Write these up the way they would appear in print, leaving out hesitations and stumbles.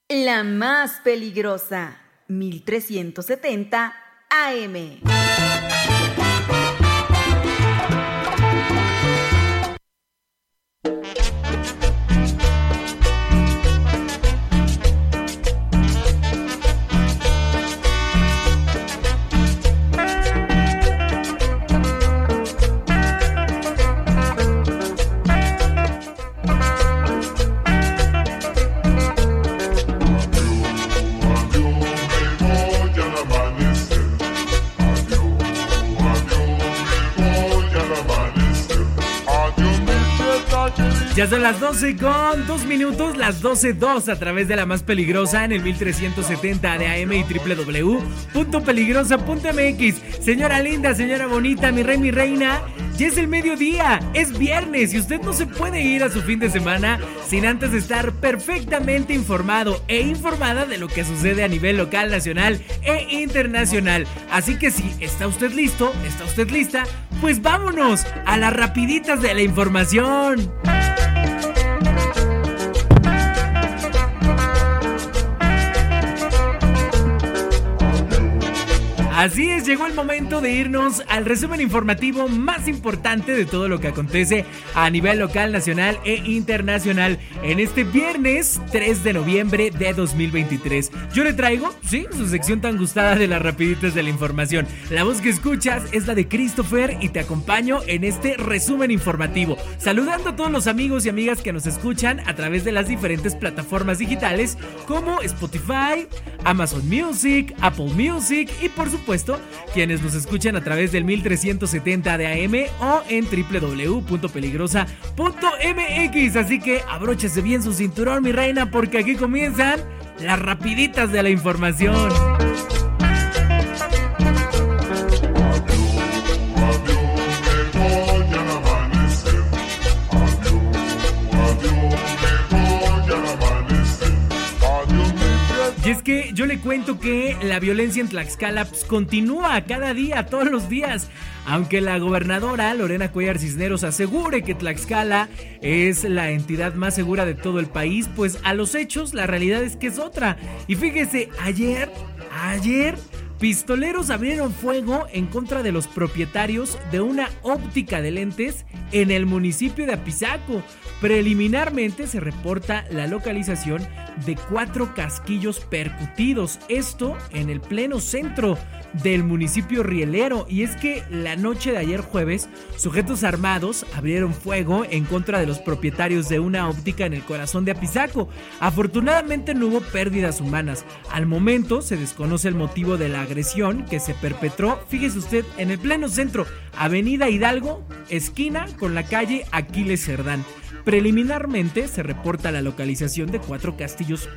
La más peligrosa, 1370 AM. Ya son las 12:02, las 12:02 a través de la más peligrosa en el 1370 de AM y www.peligrosa.mx. Señora linda, señora bonita, mi rey, mi reina, ya es el mediodía, es viernes y usted no se puede ir a su fin de semana sin antes estar perfectamente informado e informada de lo que sucede a nivel local, nacional e internacional. Así que si está usted listo, está usted lista, pues vámonos a las rapiditas de la información. Así es, llegó el momento de irnos al resumen informativo más importante de todo lo que acontece a nivel local, nacional e internacional en este viernes 3 de noviembre de 2023. Yo le traigo, sí, su sección tan gustada de las rapiditas de la información. La voz que escuchas es la de Christopher y te acompaño en este resumen informativo, saludando a todos los amigos y amigas que nos escuchan a través de las diferentes plataformas digitales como Spotify, Amazon Music, Apple Music y por supuesto quienes nos escuchan a través del 1370 de AM o en www.peligrosa.mx. Así que abróchese bien su cinturón, mi reina, porque aquí comienzan las rapiditas de la información. Y es que yo le cuento que la violencia en Tlaxcala continúa cada día, todos los días. Aunque la gobernadora Lorena Cuellar Cisneros asegure que Tlaxcala es la entidad más segura de todo el país, pues a los hechos la realidad es que es otra. Y fíjese, ayer pistoleros abrieron fuego en contra de los propietarios de una óptica de lentes en el municipio de Apizaco. Preliminarmente se reporta la localización de 4 casquillos percutidos, esto en el pleno centro del municipio rielero. Y es que la noche de ayer jueves, sujetos armados abrieron fuego en contra de los propietarios de una óptica en el corazón de Apizaco. Afortunadamente no hubo pérdidas humanas. Al momento se desconoce el motivo de la agresión que se perpetró, fíjese usted, en el pleno centro, Avenida Hidalgo, esquina con la calle Aquiles Cerdán. Preliminarmente se reporta la localización de 4 casquillos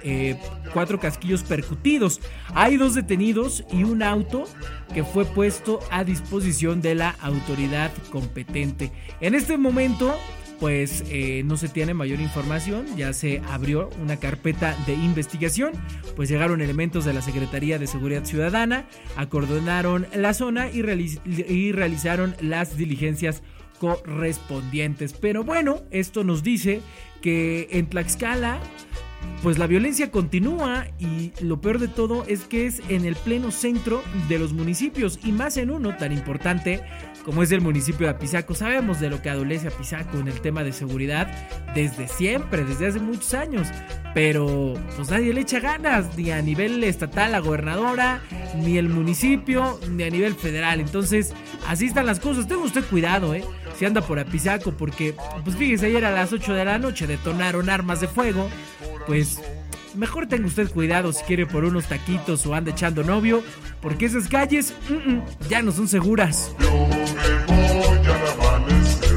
percutidos. Hay 2 detenidos y un auto que fue puesto a disposición de la autoridad competente. En este momento, pues no se tiene mayor información, ya se abrió una carpeta de investigación, pues llegaron elementos de la Secretaría de Seguridad Ciudadana, acordonaron la zona y realizaron las diligencias correspondientes. Pero bueno, esto nos dice que en Tlaxcala pues la violencia continúa y lo peor de todo es que es en el pleno centro de los municipios y más en uno tan importante como es el municipio de Apizaco. Sabemos de lo que adolece Apizaco en el tema de seguridad desde siempre, desde hace muchos años, pero pues nadie le echa ganas, ni a nivel estatal la gobernadora, ni el municipio, ni a nivel federal. Entonces así están las cosas. Tenga usted cuidado, si anda por Apizaco, porque pues fíjese, ayer a las 8 de la noche detonaron armas de fuego. Pues mejor tenga usted cuidado si quiere por unos taquitos o anda echando novio, porque esas calles ya no son seguras. Yo me voy al amanecer.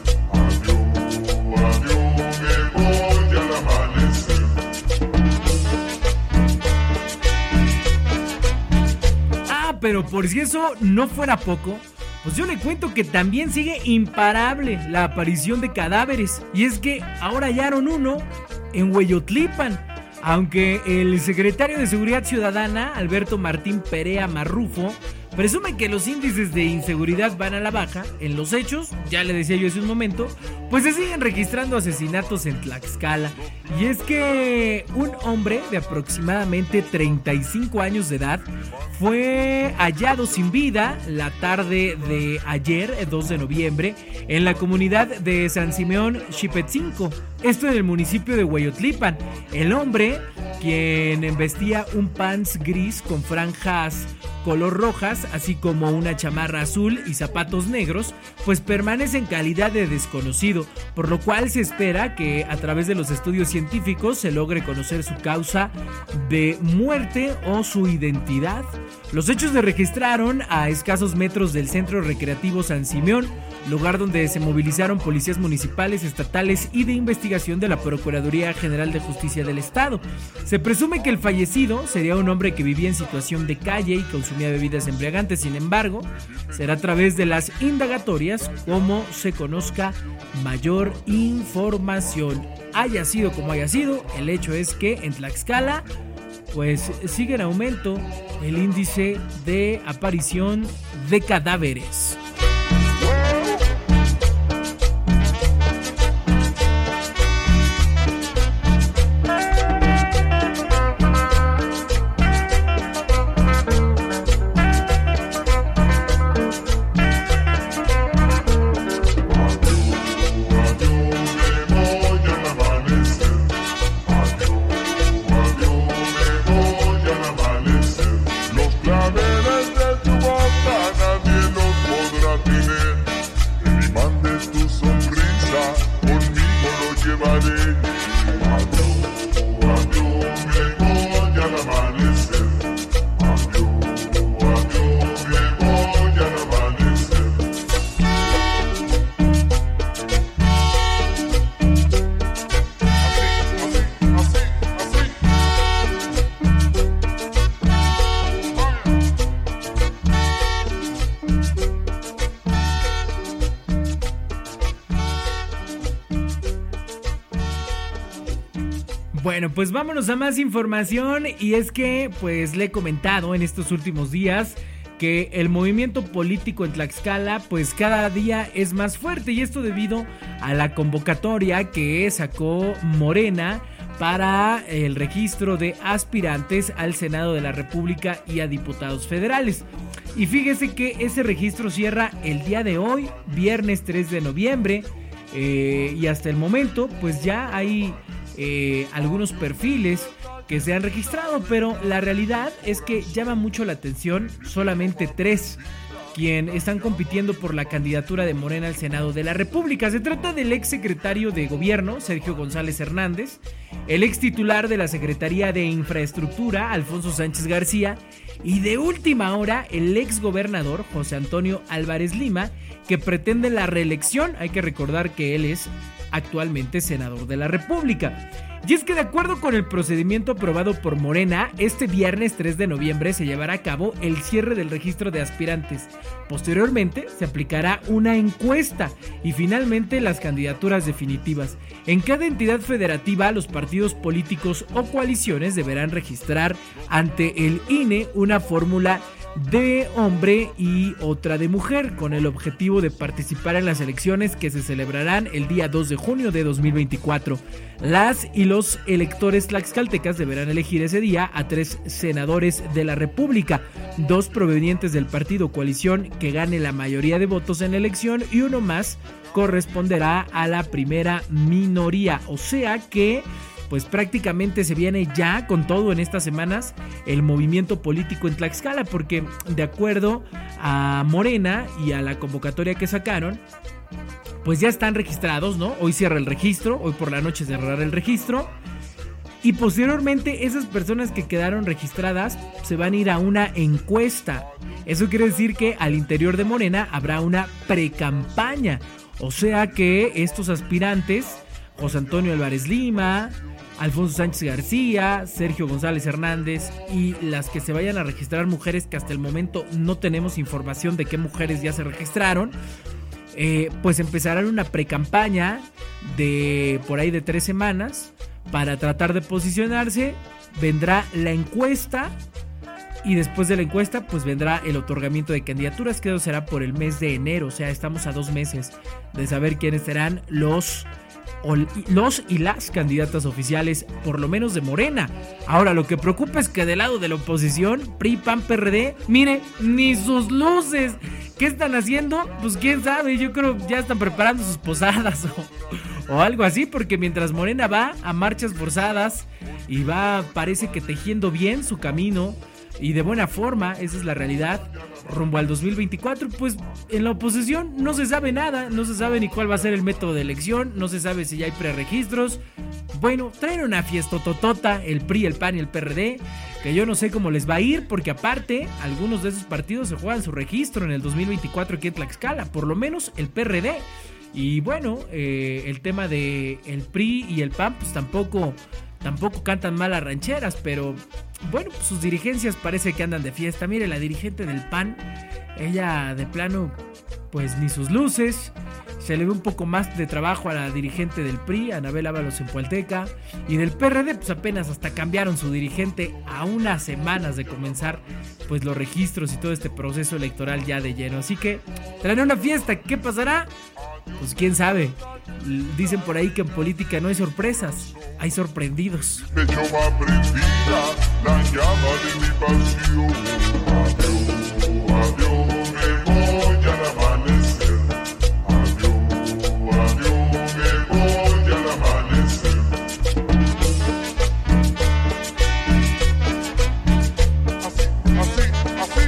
Adiós, me voy al amanecer. Pero por si eso no fuera poco, pues yo le cuento que también sigue imparable la aparición de cadáveres. Y es que ahora hallaron uno en Hueyotlipan. Aunque el secretario de Seguridad Ciudadana, Alberto Martín Perea Marrufo, presume que los índices de inseguridad van a la baja. En los hechos, ya le decía yo hace un momento, pues se siguen registrando asesinatos en Tlaxcala. Y es que un hombre de aproximadamente 35 años de edad fue hallado sin vida la tarde de ayer, 2 de noviembre, en la comunidad de San Simeón Xipetzinco, esto en el municipio de Hueyotlipan. El hombre, quien vestía un pants gris con franjas color rojas, así como una chamarra azul y zapatos negros, pues permanece en calidad de desconocido, por lo cual se espera que a través de los estudios científicos se logre conocer su causa de muerte o su identidad. Los hechos se registraron a escasos metros del centro recreativo San Simeón, lugar donde se movilizaron policías municipales, estatales y de investigación de la Procuraduría General de Justicia del Estado. Se presume que el fallecido sería un hombre que vivía en situación de calle y consumía bebidas embriagantes. Sin embargo, será a través de las indagatorias como se conozca mayor información. Haya sido como haya sido, el hecho es que en Tlaxcala pues sigue en aumento el índice de aparición de cadáveres. Bueno, pues vámonos a más información, y es que pues le he comentado en estos últimos días que el movimiento político en Tlaxcala pues cada día es más fuerte, y esto debido a la convocatoria que sacó Morena para el registro de aspirantes al Senado de la República y a diputados federales. Y fíjese que ese registro cierra el día de hoy, viernes 3 de noviembre, y hasta el momento pues ya hay algunos perfiles que se han registrado, pero la realidad es que llama mucho la atención solamente 3 quien están compitiendo por la candidatura de Morena al Senado de la República. Se trata del ex secretario de Gobierno, Sergio González Hernández, el ex titular de la Secretaría de Infraestructura, Alfonso Sánchez García, y de última hora el ex gobernador José Antonio Álvarez Lima, que pretende la reelección. Hay que recordar que él es actualmente senador de la República. Y es que de acuerdo con el procedimiento aprobado por Morena, este viernes 3 de noviembre se llevará a cabo el cierre del registro de aspirantes. Posteriormente se aplicará una encuesta y finalmente las candidaturas definitivas. En cada entidad federativa, los partidos políticos o coaliciones deberán registrar ante el INE una fórmula de hombre y otra de mujer, con el objetivo de participar en las elecciones que se celebrarán el día 2 de junio de 2024. Las y los electores tlaxcaltecas deberán elegir ese día a 3 senadores de la República, 2 provenientes del partido o coalición que gane la mayoría de votos en la elección, y uno más corresponderá a la primera minoría. O sea que pues prácticamente se viene ya con todo en estas semanas el movimiento político en Tlaxcala, porque de acuerdo a Morena y a la convocatoria que sacaron, pues ya están registrados, ¿no? Hoy cierra el registro, hoy por la noche cerrará el registro, y posteriormente esas personas que quedaron registradas se van a ir a una encuesta. Eso quiere decir que al interior de Morena habrá una precampaña, o sea que estos aspirantes, José Antonio Álvarez Lima, Alfonso Sánchez García, Sergio González Hernández, y las que se vayan a registrar mujeres, que hasta el momento no tenemos información de qué mujeres ya se registraron, pues empezarán una precampaña de por ahí de 3 semanas para tratar de posicionarse. Vendrá la encuesta Y después de la encuesta, pues vendrá el otorgamiento de candidaturas, que será por el mes de enero. O sea, estamos a 2 meses de saber quiénes serán los y las candidatas oficiales, por lo menos de Morena. Ahora, lo que preocupa es que del lado de la oposición, PRI, PAN, PRD, mire, ni sus luces. ¿Qué están haciendo? Pues quién sabe, yo creo que ya están preparando sus posadas o algo así, porque mientras Morena va a marchas forzadas y va, parece que tejiendo bien su camino y de buena forma, esa es la realidad, rumbo al 2024, pues en la oposición no se sabe nada, no se sabe ni cuál va a ser el método de elección, no se sabe si ya hay preregistros. Bueno, traen una fiesta totota el PRI, el PAN y el PRD, que yo no sé cómo les va a ir, porque aparte, algunos de esos partidos se juegan su registro en el 2024 aquí en Tlaxcala, por lo menos el PRD. Y bueno, el tema de el PRI y el PAN, pues tampoco cantan mal las rancheras, pero bueno, pues sus dirigencias parece que andan de fiesta. Mire, la dirigente del PAN, ella de plano, pues ni sus luces. Se le ve un poco más de trabajo a la dirigente del PRI, Anabel Ábalos en Pualteca. Y del PRD, pues apenas hasta cambiaron su dirigente a unas semanas de comenzar pues los registros y todo este proceso electoral ya de lleno. Así que traen una fiesta, ¿qué pasará? Pues quién sabe. Dicen por ahí que en política no hay sorpresas, hay sorprendidos. Pecho va prendida la llama de mi pasión. Adiós, adiós, me voy al amanecer. Adiós, adiós, me voy al amanecer. Así, así, así.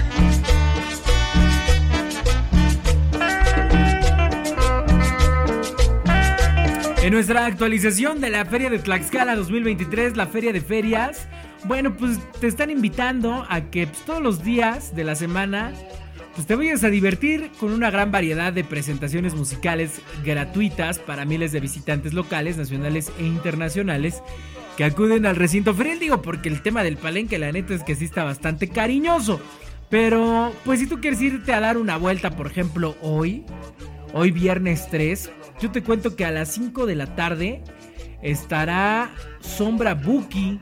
En nuestra actualización de la Feria de Tlaxcala 2023, la Feria de Ferias, bueno, pues te están invitando a que pues, todos los días de la semana pues te vayas a divertir con una gran variedad de presentaciones musicales gratuitas para miles de visitantes locales, nacionales e internacionales que acuden al recinto ferial. Digo, porque el tema del palenque, la neta es que sí está bastante cariñoso. Pero, pues si tú quieres irte a dar una vuelta, por ejemplo, hoy viernes 3, yo te cuento que a las 5 de la tarde estará Sombra Buki.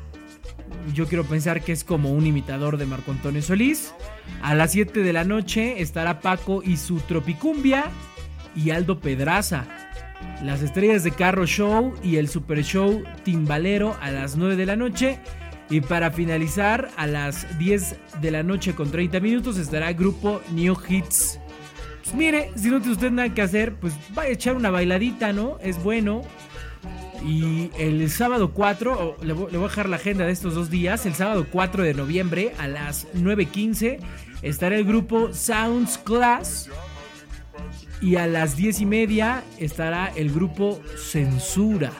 Yo quiero pensar que es como un imitador de Marco Antonio Solís. A las 7 de la noche estará Paco y su Tropicumbia y Aldo Pedraza. Las Estrellas de Carro Show y el Super Show Timbalero a las 9 de la noche. Y para finalizar, a las 10 de la noche con 30 minutos estará Grupo New Hits. Pues mire, si no tiene usted nada que hacer, pues vaya a echar una bailadita, ¿no? Es bueno. Y el sábado 4, le voy a dejar la agenda de estos 2 días. El sábado 4 de noviembre a las 9:15 estará el grupo Sounds Class. Y a las 10:30 estará el grupo Censura.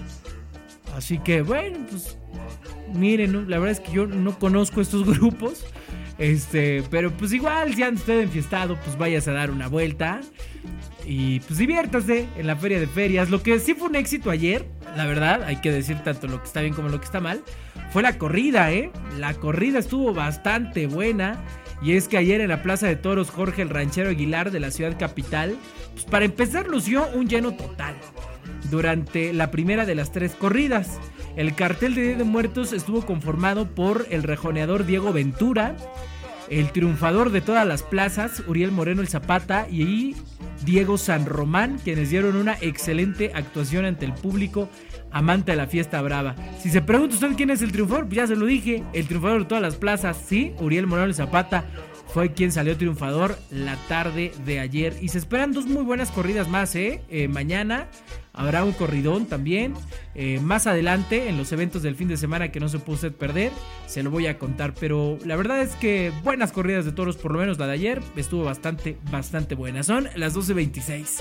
Así que bueno, pues miren, ¿no? La verdad es que yo no conozco estos grupos. Pero pues igual, si anda usted enfiestado, pues vayas a dar una vuelta y pues diviértase en la Feria de Ferias. Lo que sí fue un éxito ayer, la verdad, hay que decir tanto lo que está bien como lo que está mal, fue la corrida, La corrida estuvo bastante buena. Y es que ayer en la Plaza de Toros Jorge el Ranchero Aguilar de la ciudad capital, pues para empezar lució un lleno total durante la primera de las 3 corridas. El cartel de Día de Muertos estuvo conformado por el rejoneador Diego Ventura, el triunfador de todas las plazas, Uriel Moreno el Zapata, y Diego San Román, quienes dieron una excelente actuación ante el público amante de la fiesta brava. Si se pregunta usted quién es el triunfador, pues ya se lo dije, el triunfador de todas las plazas, sí, Uriel Moreno el Zapata fue quien salió triunfador la tarde de ayer. Y se esperan 2 muy buenas corridas más, mañana habrá un corridón también. Más adelante, en los eventos del fin de semana que no se pudo usted perder, se lo voy a contar. Pero la verdad es que buenas corridas de toros, por lo menos la de ayer, estuvo bastante buena. Son las 12:26.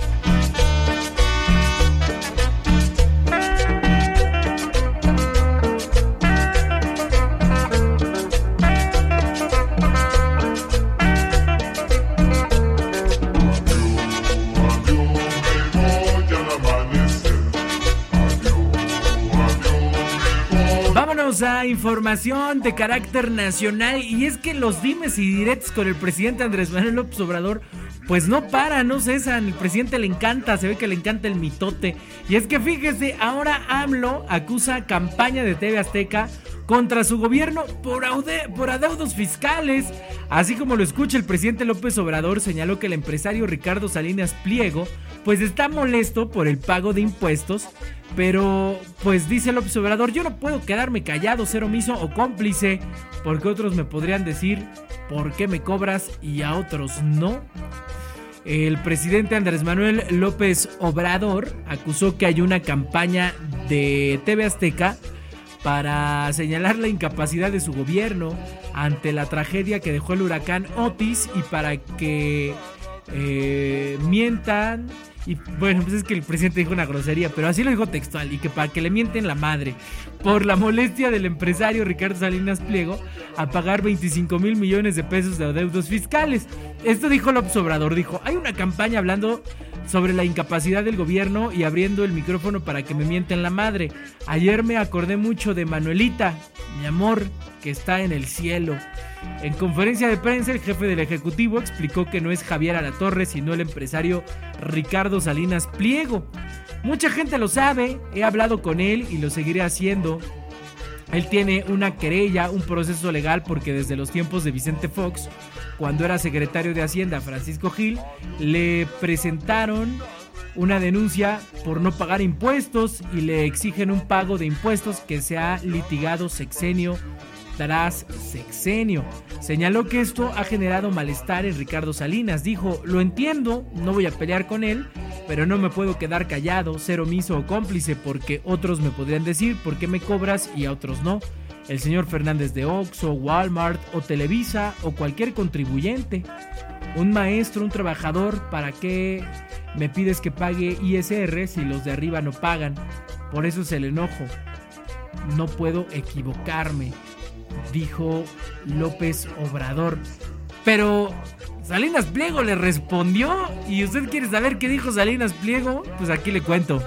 A información de carácter nacional, y es que los dimes y diretes con el presidente Andrés Manuel López Obrador pues no para, no cesan. El presidente le encanta, se ve que le encanta el mitote. Y es que fíjese, ahora AMLO acusa campaña de TV Azteca contra su gobierno por adeudos fiscales. Así como lo escucha, el presidente López Obrador señaló que el empresario Ricardo Salinas Pliego pues está molesto por el pago de impuestos, pero pues dice López Obrador: yo no puedo quedarme callado, ser omiso o cómplice, porque otros me podrían decir ¿por qué me cobras? Y a otros no. El presidente Andrés Manuel López Obrador acusó que hay una campaña de TV Azteca para señalar la incapacidad de su gobierno ante la tragedia que dejó el huracán Otis y para que mientan. Y bueno, pues es que el presidente dijo una grosería, pero así lo dijo textual, y que para que le mienten la madre por la molestia del empresario Ricardo Salinas Pliego a pagar 25,000 millones de pesos de adeudos fiscales. Esto dijo López Obrador, dijo: hay una campaña hablando sobre la incapacidad del gobierno y abriendo el micrófono para que me mienten la madre. Ayer me acordé mucho de Manuelita, mi amor, que está en el cielo. En conferencia de prensa, el jefe del Ejecutivo explicó que no es Javier Alatorre, sino el empresario Ricardo Salinas Pliego. Mucha gente lo sabe, he hablado con él y lo seguiré haciendo. Él tiene una querella, un proceso legal, porque desde los tiempos de Vicente Fox, cuando era secretario de Hacienda Francisco Gil, le presentaron una denuncia por no pagar impuestos y le exigen un pago de impuestos que se ha litigado sexenio tras sexenio. Señaló que esto ha generado malestar en Ricardo Salinas. Dijo: lo entiendo, no voy a pelear con él, pero no me puedo quedar callado, ser omiso o cómplice, porque otros me podrían decir ¿por qué me cobras? Y a otros no. El señor Fernández de Oxxo, Walmart o Televisa o cualquier contribuyente. Un maestro, un trabajador, ¿para qué me pides que pague ISR si los de arriba no pagan? Por eso es el enojo. No puedo equivocarme, dijo López Obrador. Pero Salinas Pliego le respondió. ¿Y usted quiere saber qué dijo Salinas Pliego? Pues aquí le cuento.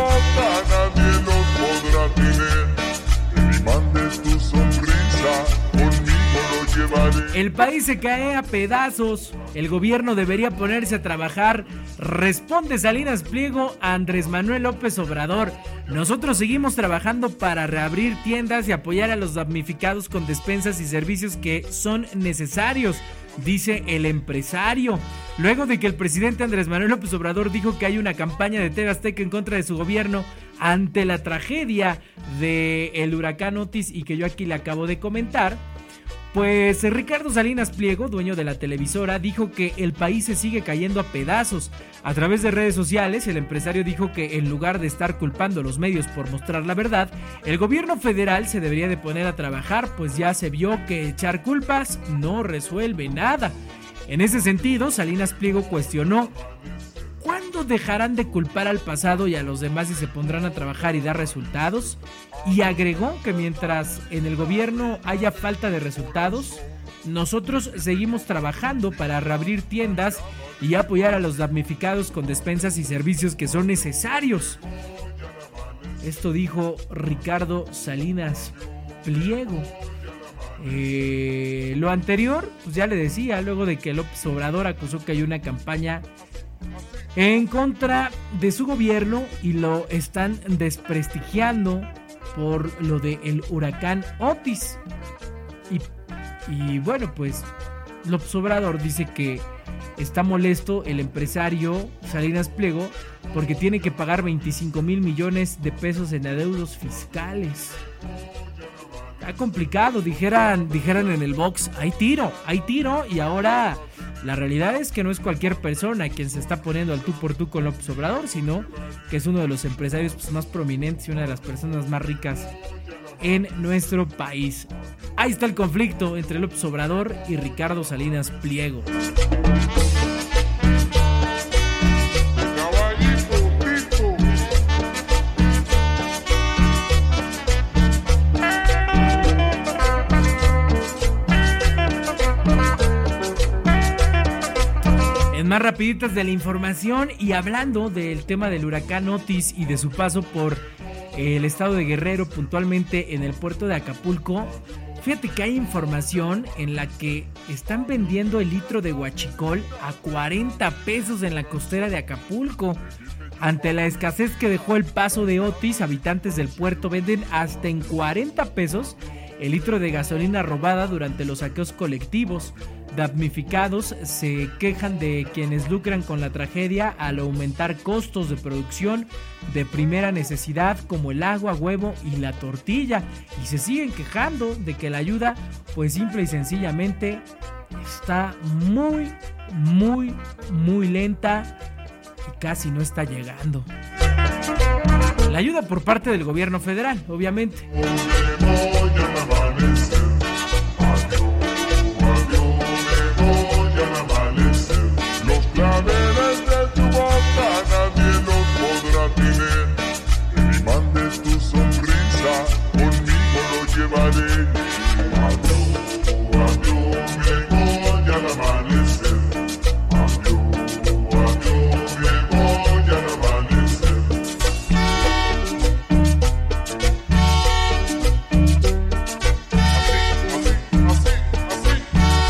Nadie lo podrá tener. Que me mandes tu sonrisa, conmigo lo llevaré. El país se cae a pedazos. El gobierno debería ponerse a trabajar, responde Salinas Pliego a Andrés Manuel López Obrador. Nosotros seguimos trabajando para reabrir tiendas y apoyar a los damnificados con despensas y servicios que son necesarios, dice el empresario. Luego de que el presidente Andrés Manuel López Obrador dijo que hay una campaña de TV Azteca en contra de su gobierno ante la tragedia del huracán Otis y que yo aquí le acabo de comentar, pues Ricardo Salinas Pliego, dueño de la televisora, dijo que el país se sigue cayendo a pedazos. A través de redes sociales, el empresario dijo que en lugar de estar culpando a los medios por mostrar la verdad, el gobierno federal se debería de poner a trabajar, pues ya se vio que echar culpas no resuelve nada. En ese sentido, Salinas Pliego cuestionó: ¿cuándo dejarán de culpar al pasado y a los demás y se pondrán a trabajar y dar resultados? Y agregó que mientras en el gobierno haya falta de resultados, nosotros seguimos trabajando para reabrir tiendas y apoyar a los damnificados con despensas y servicios que son necesarios. Esto dijo Ricardo Salinas Pliego. Lo anterior, pues ya le decía, luego de que López Obrador acusó que hay una campaña en contra de su gobierno y lo están desprestigiando por lo del huracán Otis. Y bueno, pues López Obrador dice que está molesto el empresario Salinas Pliego porque tiene que pagar 25,000 millones de pesos en adeudos fiscales. Está complicado, dijeran en el box, hay tiro, y ahora la realidad es que no es cualquier persona quien se está poniendo al tú por tú con López Obrador, sino que es uno de los empresarios pues, más prominentes y una de las personas más ricas en nuestro país. Ahí está el conflicto entre López Obrador y Ricardo Salinas Pliego. Más rapiditas de la información y hablando del tema del huracán Otis y de su paso por el estado de Guerrero, puntualmente en el puerto de Acapulco. Fíjate que hay información en la que están vendiendo el litro de huachicol a 40 pesos en la costera de Acapulco. Ante la escasez que dejó el paso de Otis, habitantes del puerto venden hasta en 40 pesos el litro de gasolina robada durante los saqueos colectivos. Damnificados se quejan de quienes lucran con la tragedia al aumentar costos de producción de primera necesidad como el agua, huevo y la tortilla, y se siguen quejando de que la ayuda pues simple y sencillamente está muy lenta y casi no está llegando. La ayuda por parte del gobierno federal, obviamente. Los claveles de tu boca nadie los podrá tener. Que me mandes tu sonrisa, conmigo lo llevaré. Adiós, me voy al amanecer. Adiós, me voy al amanecer. Así.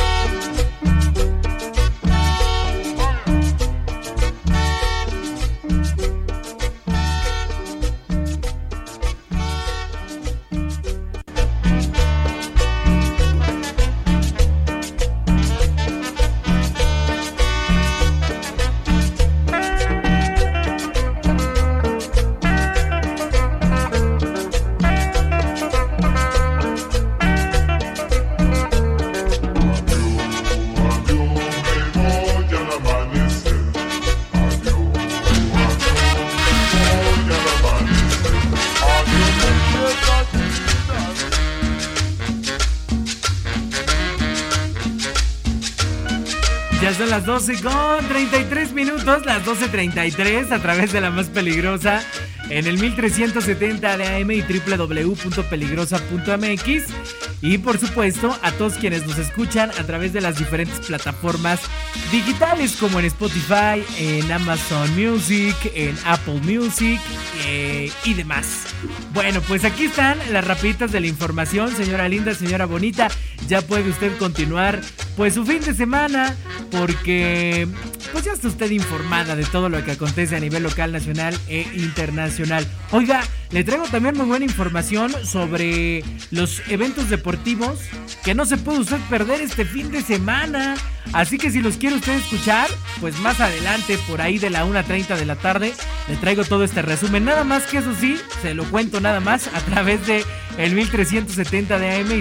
Ya son las 12 con 33 minutos, las 12:33 a través de la más peligrosa en el 1370 de AM y www.peligrosa.mx. Y por supuesto a todos quienes nos escuchan a través de las diferentes plataformas digitales como en Spotify, en Amazon Music, en Apple Music y demás. Bueno, pues aquí están las rapiditas de la información, señora linda, señora bonita. Ya puede usted continuar pues su fin de semana, porque pues ya está usted informada de todo lo que acontece a nivel local, nacional e internacional. Oiga, le traigo también muy buena información sobre los eventos deportivos que no se puede usted perder este fin de semana. Así que si los quiere usted escuchar, pues más adelante, por ahí de la 1:30 de la tarde, le traigo todo este resumen. Nada más que eso sí, se lo cuento nada más a través de el 1370 de AM y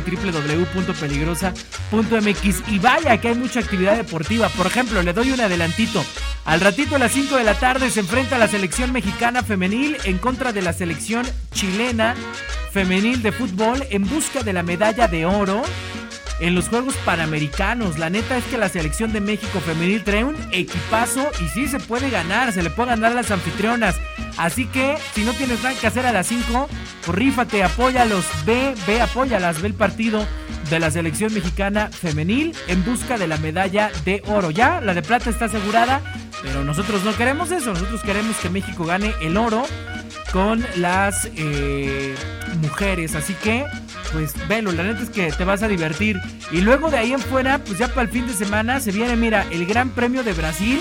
www.peligrosa.mx. Y vaya que hay mucha actividad deportiva. Por ejemplo, le doy un adelantito. Al ratito a las 5 de la tarde se enfrenta la selección mexicana femenil en contra de la selección chilena femenil de fútbol en busca de la medalla de oro en los Juegos Panamericanos. La neta es que la selección de México femenil trae un equipazo y sí se puede ganar, se le puede ganar a las anfitrionas. Así que si no tienes nada que hacer a las 5, pues rífate, apóyalos, apóyalas, ve el partido de la selección mexicana femenil en busca de la medalla de oro. Ya, la de plata está asegurada, pero nosotros no queremos eso, nosotros queremos que México gane el oro con las mujeres, así que pues velo, la neta es que te vas a divertir. Y luego de ahí en fuera, pues ya para el fin de semana se viene, mira, el Gran Premio de Brasil,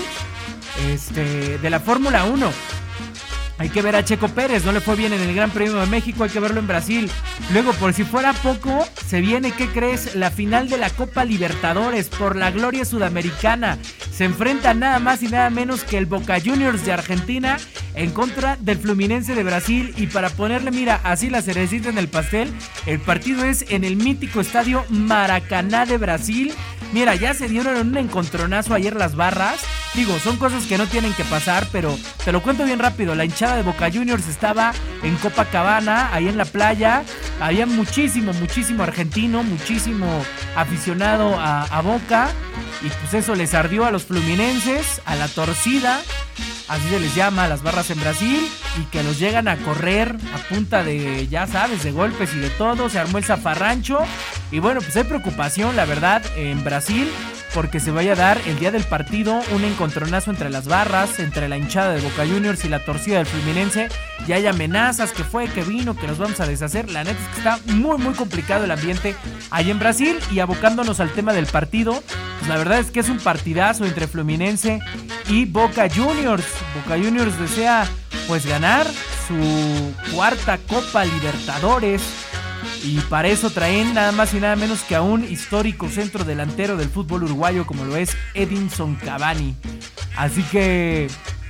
de la Fórmula 1. Hay que ver a Checo Pérez, no le fue bien en el Gran Premio de México, hay que verlo en Brasil. Luego, por si fuera poco, se viene, ¿qué crees? La final de la Copa Libertadores por la gloria sudamericana. Se enfrenta nada más y nada menos que el Boca Juniors de Argentina en contra del Fluminense de Brasil. Y para ponerle, mira, así la cerecita en el pastel, el partido es en el mítico estadio Maracaná de Brasil. Mira, ya se dieron un encontronazo ayer las barras. Digo, son cosas que no tienen que pasar, pero te lo cuento bien rápido. La hinchada de Boca Juniors estaba en Copacabana, ahí en la playa. Había muchísimo argentino, muchísimo aficionado a Boca. Y pues eso les ardió a los fluminenses, a la torcida, así se les llama a las barras en Brasil, y que los llegan a correr a punta de, ya sabes, de golpes y de todo. Se armó el zafarrancho. Y bueno, pues hay preocupación, la verdad, en Brasil, porque se vaya a dar el día del partido un encontronazo entre las barras, entre la hinchada de Boca Juniors y la torcida del Fluminense. Y hay amenazas que fue, que vino, que nos vamos a deshacer. La neta es que está muy muy complicado el ambiente ahí en Brasil. Y abocándonos al tema del partido, pues la verdad es que es un partidazo entre Fluminense y Boca Juniors. Boca Juniors desea pues ganar su cuarta Copa Libertadores, y para eso traen nada más y nada menos que a un histórico centro delantero del fútbol uruguayo como lo es Edinson Cavani. Así que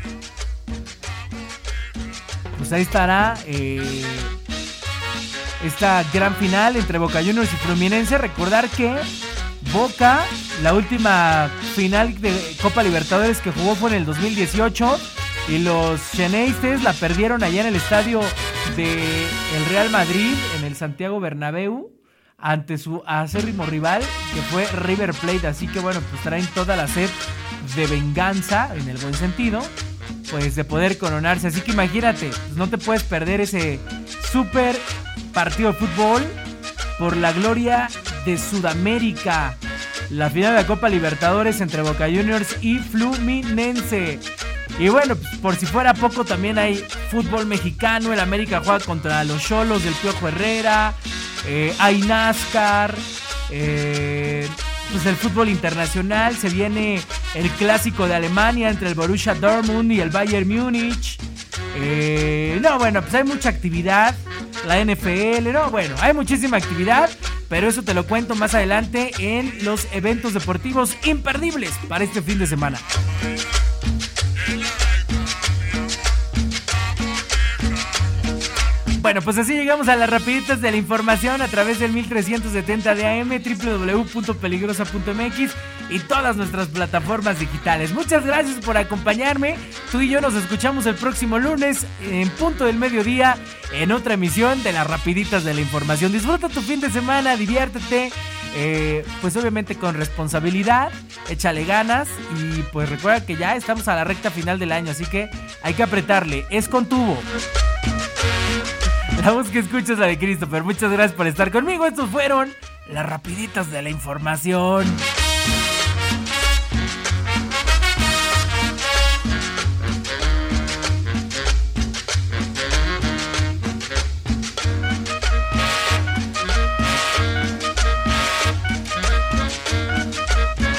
pues ahí estará esta gran final entre Boca Juniors y Fluminense. Recordar que Boca, la última final de Copa Libertadores que jugó fue en el 2018, y los Xeneises la perdieron allá en el estadio del Real Madrid, en el Santiago Bernabéu, ante su acérrimo rival, que fue River Plate. Así que bueno, pues traen toda la sed de venganza, en el buen sentido, pues de poder coronarse. Así que imagínate, pues no te puedes perder ese súper partido de fútbol por la gloria de Sudamérica. La final de la Copa Libertadores entre Boca Juniors y Fluminense. Y bueno, pues por si fuera poco, también hay fútbol mexicano. El América juega contra los Xolos del Piojo Herrera. Hay NASCAR. Pues el fútbol internacional. Se viene el clásico de Alemania entre el Borussia Dortmund y el Bayern Múnich. No, bueno, pues hay mucha actividad. La NFL, no, bueno, hay muchísima actividad, pero eso te lo cuento más adelante en los eventos deportivos imperdibles para este fin de semana. Bueno, pues así llegamos a las rapiditas de la información a través del 1370 de AM, www.peligrosa.mx y todas nuestras plataformas digitales. Muchas gracias por acompañarme. Tú y yo nos escuchamos el próximo lunes en punto del mediodía en otra emisión de las rapiditas de la información. Disfruta tu fin de semana, diviértete, pues obviamente con responsabilidad, échale ganas y pues recuerda que ya estamos a la recta final del año, así que hay que apretarle, es con tubo. La voz que escuchas es la de Christopher. Muchas gracias por estar conmigo. Estos fueron las rapiditas de la información.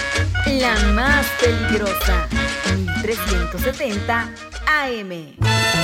La más peligrosa, 1370 AM.